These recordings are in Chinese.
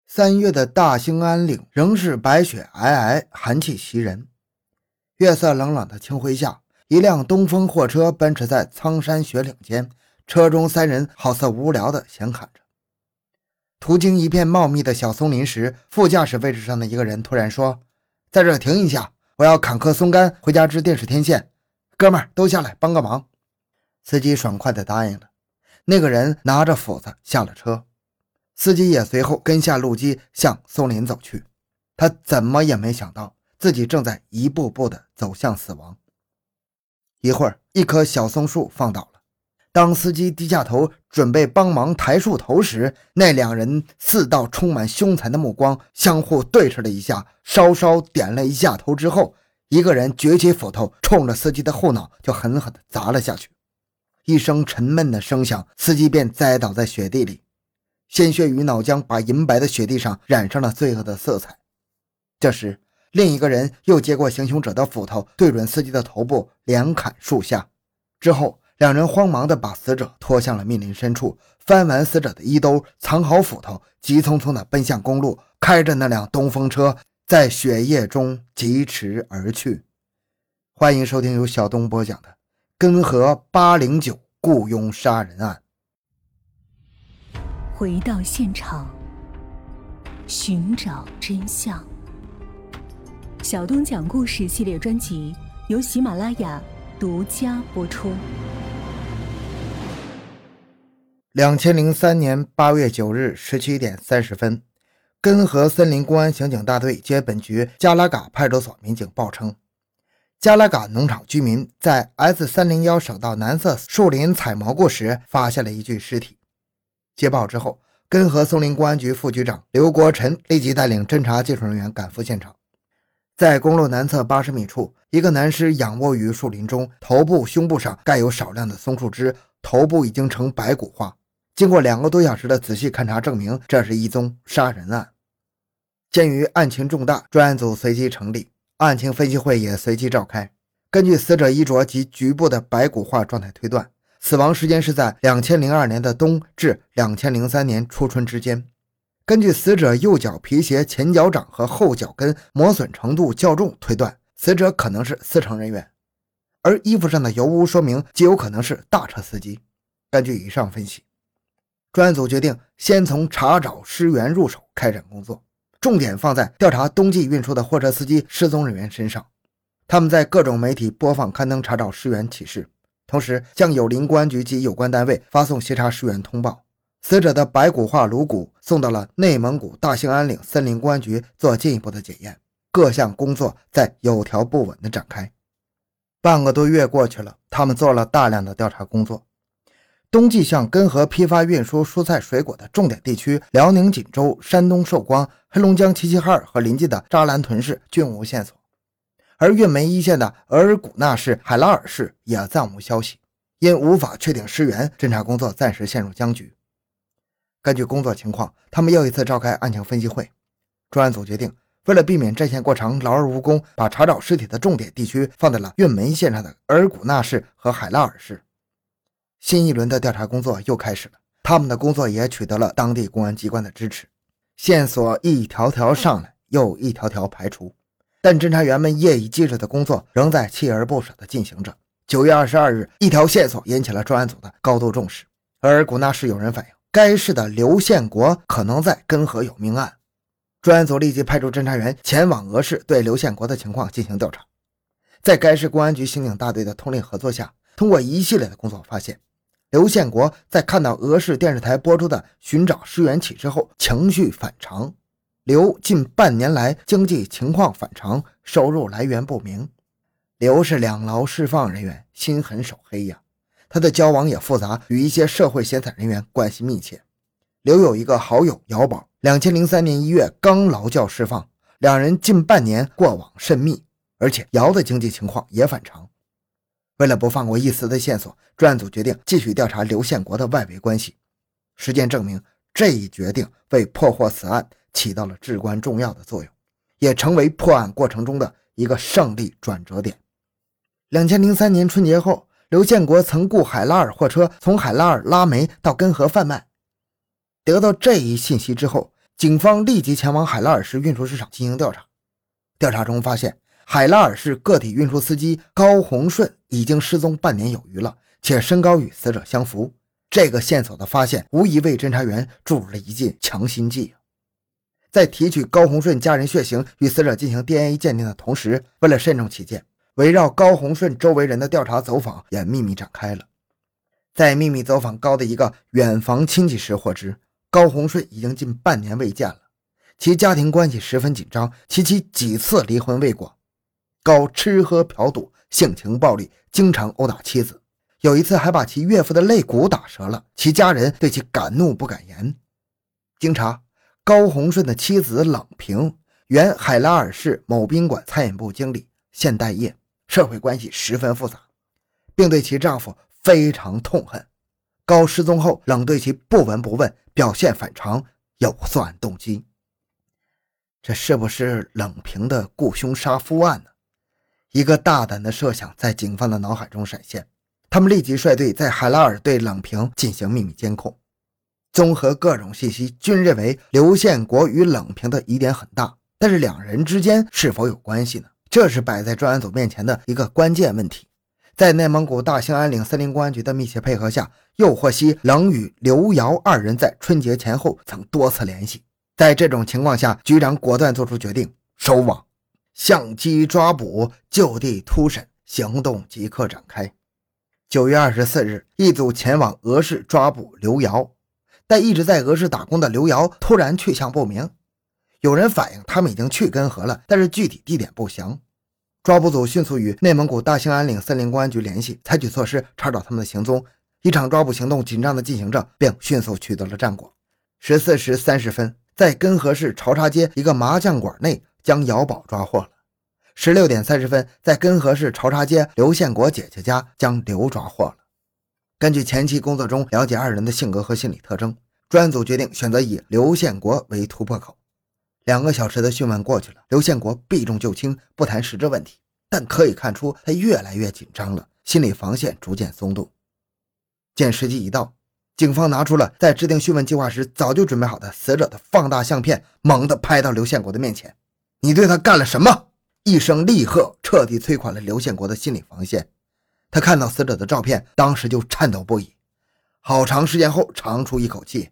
3月的大兴安岭仍是白雪皑皑，寒气袭人。月色冷冷的清辉下，一辆东风货车奔驰在苍山雪岭间，车中3人好似无聊的闲侃着。途经一片茂密的小松林时，副驾驶位置上的一个人突然说：“在这停一下，我要砍棵松干回家织电视天线，哥们儿都下来帮个忙。”司机爽快地答应了。那个人拿着斧子下了车，司机也随后跟下路基向松林走去。他怎么也没想到自己正在一步步地走向死亡。一会儿，一棵小松树放倒了。当司机低下头准备帮忙抬树头时，那2人4道充满凶残的目光相互对视了一下，稍稍点了一下头之后，一个人举起斧头冲着司机的后脑就狠狠地砸了下去。一声沉闷的声响，司机便栽倒在雪地里，鲜血与脑浆把银白的雪地上染上了罪恶的色彩。这时，另一个人又接过行凶者的斧头，对准司机的头部连砍数下。之后，2人慌忙地把死者拖向了密林深处，翻完死者的衣兜，藏好斧头，急匆匆地奔向公路，开着那辆东风车在雪夜中疾驰而去。欢迎收听由小东播讲的根河809雇佣杀人案。 回到现场，寻找真相。小东讲故事系列专辑由喜马拉雅独家播出。 2003年8月9日17点30分，根河森林公安刑警大队接本局加拉嘎派出所民警报称，加拉嘎农场居民在 S301 省道南侧树林采蘑菇时发现了一具尸体。接报之后，根河松林公安局副局长刘国臣立即带领侦查技术人员赶赴现场。在公路南侧80米处，一个男尸仰卧于树林中，头部、胸部上盖有少量的松树枝，头部已经呈白骨化。经过2个多小时的仔细勘查，证明这是一宗杀人案。鉴于案情重大，专案组随即成立，案情分析会也随即召开。根据死者衣着及局部的白骨化状态推断，死亡时间是在2002年的冬至2003年初春之间。根据死者右脚皮鞋前脚掌和后脚跟磨损程度较重推断，死者可能是司乘人员，而衣服上的油污说明极有可能是大车司机。根据以上分析，专案组决定先从查找尸源入手开展工作，重点放在调查冬季运输的货车司机失踪人员身上。他们在各种媒体播放刊登查找尸源启事，同时向友邻公安局及有关单位发送协查尸源通报。死者的白骨化颅骨送到了内蒙古大兴安岭森林公安局做进一步的检验，各项工作在有条不紊地展开。半个多月过去了，他们做了大量的调查工作。冬季向根河批发运输蔬菜水果的重点地区辽宁锦州、山东寿光、黑龙江齐齐哈尔和临近的扎兰屯市均无线索，而运煤一线的额尔古纳市、海拉尔市也暂无消息。因无法确定尸源，侦查工作暂时陷入僵局。根据工作情况，他们又一次召开案情分析会。专案组决定，为了避免战线过长、劳而无功，把查找尸体的重点地区放在了运煤线上的额尔古纳市和海拉尔市。新一轮的调查工作又开始了，他们的工作也取得了当地公安机关的支持，线索一条条上来，又一条条排除，但侦查员们夜以继日的工作仍在锲而不舍地进行着。9月22日，一条线索引起了专案组的高度重视。额尔古纳市有人反映，该市的刘宪国可能在根河有命案。专案组立即派出侦查员前往俄市，对刘宪国的情况进行调查。在该市公安局刑警大队的通力合作下，通过一系列的工作发现，刘宪国在看到俄市电视台播出的寻找尸源启事后，情绪反常。刘近半年来经济情况反常，收入来源不明。刘是2劳释放人员，心狠手黑呀。他的交往也复杂，与一些社会闲散人员关系密切。刘有一个好友姚宝，2003年1月刚劳教释放，2人近半年过往甚密，而且姚的经济情况也反常。为了不放过一丝的线索，专案组决定继续调查刘宪国的外围关系。实践证明，这一决定为破获此案起到了至关重要的作用，也成为破案过程中的一个胜利转折点。2003年春节后，刘宪国曾雇海拉尔货车从海拉尔拉煤到根河贩卖。得到这一信息之后， 警方立即前往海拉尔市运输市场进行调查。调查中发现，海拉尔市个体运输司机高洪顺已经失踪半年有余了，且身高与死者相符。这个线索的发现无疑为侦查员注入了一剂强心剂。在提取高洪顺家人血型与死者进行 DNA 鉴定的同时，为了慎重起见，围绕高洪顺周围人的调查走访也秘密展开了。在秘密走访高的一个远房亲戚时获知，高洪顺已经近半年未见了，其家庭关系十分紧张，其妻几次离婚未果。高吃喝嫖赌，性情暴戾，经常殴打妻子，有一次还把其岳父的肋骨打折了，其家人对其敢怒不敢言。经查，高洪顺的妻子冷平原海拉尔市某宾馆餐饮部经理，现待业，社会关系十分复杂，并对其丈夫非常痛恨。高失踪后冷对其不闻不问，表现反常，有作案动机。这是不是冷平的雇凶杀夫案呢？一个大胆的设想在警方的脑海中闪现，他们立即率队在海拉尔对冷平进行秘密监控。综合各种信息，均认为刘宪国与冷平的疑点很大，但是两人之间是否有关系呢？这是摆在专案组面前的一个关键问题。在内蒙古大兴安岭森林公安局的密切配合下，又获悉冷与刘瑶二人在春节前后曾多次联系。在这种情况下，局长果断做出决定，收网，相机抓捕，就地突审，行动即刻展开。9月24日，一组前往俄市抓捕刘瑶，但一直在俄市打工的刘瑶突然去向不明。有人反映他们已经去根河了，但是具体地点不详。抓捕组迅速与内蒙古大兴安岭森林公安局联系，采取措施查找他们的行踪。一场抓捕行动紧张地进行着，并迅速取得了战果。14时30分，在根河市潮岔街一个麻将馆内将姚宝抓获了。16点30分，在根河市潮岔街刘宪国姐姐家将刘抓获了。根据前期工作中了解二人的性格和心理特征，专案组决定选择以刘宪国为突破口。2个小时的讯问过去了，刘宪国避重就轻，不谈实质问题，但可以看出他越来越紧张了，心理防线逐渐松动。见时机已到，警方拿出了在制定讯问计划时早就准备好的死者的放大相片，猛地拍到刘宪国的面前。你对他干了什么？一声厉喝彻底摧垮了刘宪国的心理防线。他看到死者的照片，当时就颤抖不已，好长时间后长出一口气，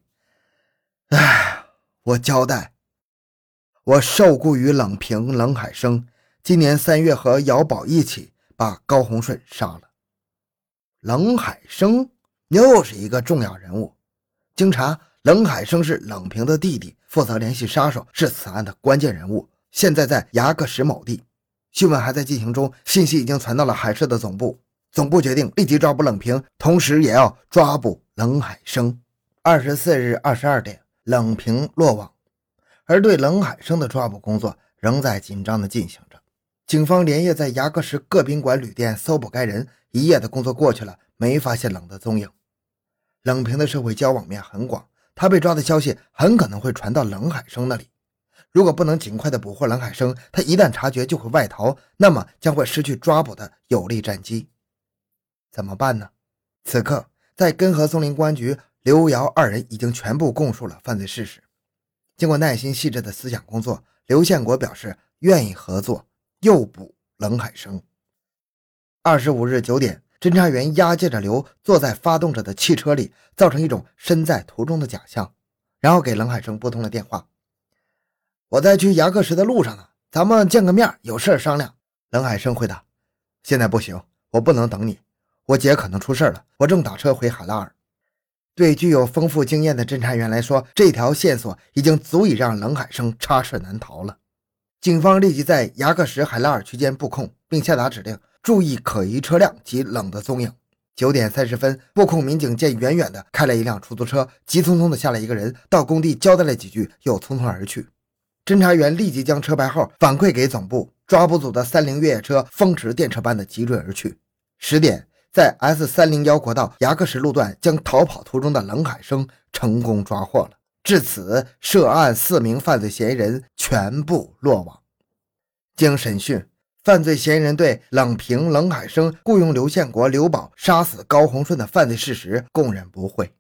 我交代，我受雇于冷平冷海生，今年3月和姚宝一起把高洪顺杀了。冷海生又是一个重要人物。经查，冷海生是冷平的弟弟，负责联系杀手，是此案的关键人物，现在在牙克石某地。讯问还在进行中，信息已经传到了海市的总部，总部决定立即抓捕冷平，同时也要抓捕冷海生。24日22点，冷平落网，而对冷海生的抓捕工作仍在紧张地进行着。警方连夜在牙克石各宾馆旅店搜捕该人，一夜的工作过去了，没发现冷的踪影。冷平的社会交往面很广，他被抓的消息很可能会传到冷海生那里。如果不能尽快的捕获冷海生，他一旦察觉就会外逃，那么将会失去抓捕的有利战机。怎么办呢？此刻在根河松林公安局，刘瑶二人已经全部供述了犯罪事实。经过耐心细致的思想工作，刘宪国表示愿意合作，诱捕冷海生。25日9点，侦查员押解着刘坐在发动着的汽车里，造成一种身在途中的假象，然后给冷海生拨通了电话。我在去牙克石的路上呢，咱们见个面，有事商量。冷海生回答，现在不行，我不能等你，我姐可能出事了，我正打车回海拉尔。对具有丰富经验的侦查员来说，这条线索已经足以让冷海生插翅难逃了。警方立即在牙克石海拉尔区间布控，并下达指令，注意可疑车辆及冷的踪影。9点30分，布控民警见远远的开来一辆出租车，急匆匆的下来一个人，到工地交代了几句，又匆匆而去。侦查员立即将车牌号反馈给总部，抓捕组的30越野车风驰电掣般的急追而去。10点，在 S301 国道牙克石路段将逃跑途中的冷海生成功抓获了。至此，涉案4名犯罪嫌疑人全部落网。经审讯，犯罪嫌疑人对冷平、冷海生雇佣刘宪国、刘宝杀死高洪顺的犯罪事实供认不讳。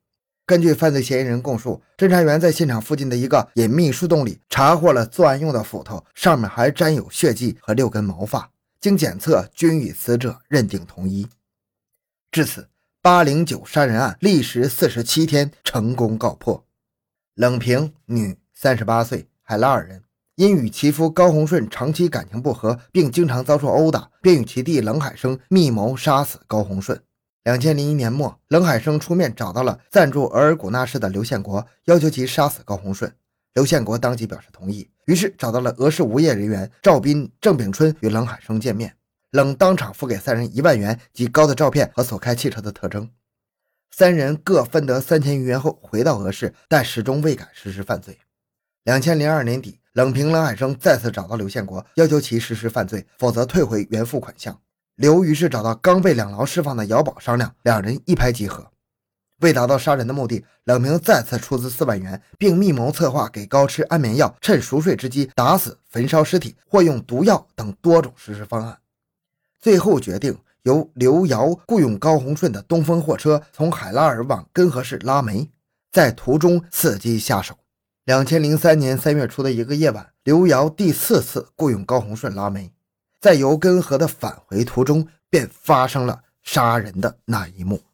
根据犯罪嫌疑人供述，侦查员在现场附近的一个隐秘树洞里查获了作案用的斧头，上面还沾有血迹和6根毛发，经检测均与死者认定同一。至此，809杀人案历时47天成功告破。冷平，女，38岁，海拉尔人，因与其夫高洪顺长期感情不和，并经常遭受殴打，便与其弟冷海生密谋杀死高洪顺。2001年末，冷海生出面找到了暂驻额尔古纳市的刘宪国，要求其杀死高洪顺。刘宪国当即表示同意，于是找到了俄市无业人员赵斌、郑炳春与冷海生见面。冷当场付给3人1万元及高的照片和所开汽车的特征。3人各分得3000余元后回到俄市，但始终未敢实施犯罪。2002年底，冷平、冷海生再次找到刘宪国，要求其实施犯罪，否则退回原付款项。刘于是找到刚被2牢释放的姚宝商量，2人一拍即合。为达到杀人的目的，冷平再次出资4万元，并密谋策划给高吃安眠药，趁熟睡之机打死、焚烧尸体或用毒药等多种实施方案。最后决定由刘瑶雇用高洪顺的东风货车从海拉尔往根河市拉煤，在途中伺机下手。2003年3月初的一个夜晚，刘瑶第4次雇用高洪顺拉煤，在由根河的返回途中便发生了杀人的那一幕。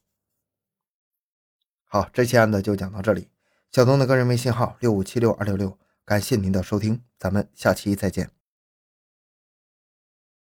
好，这期案子就讲到这里。小东的个人微信号6576-266，感谢您的收听，咱们下期再见。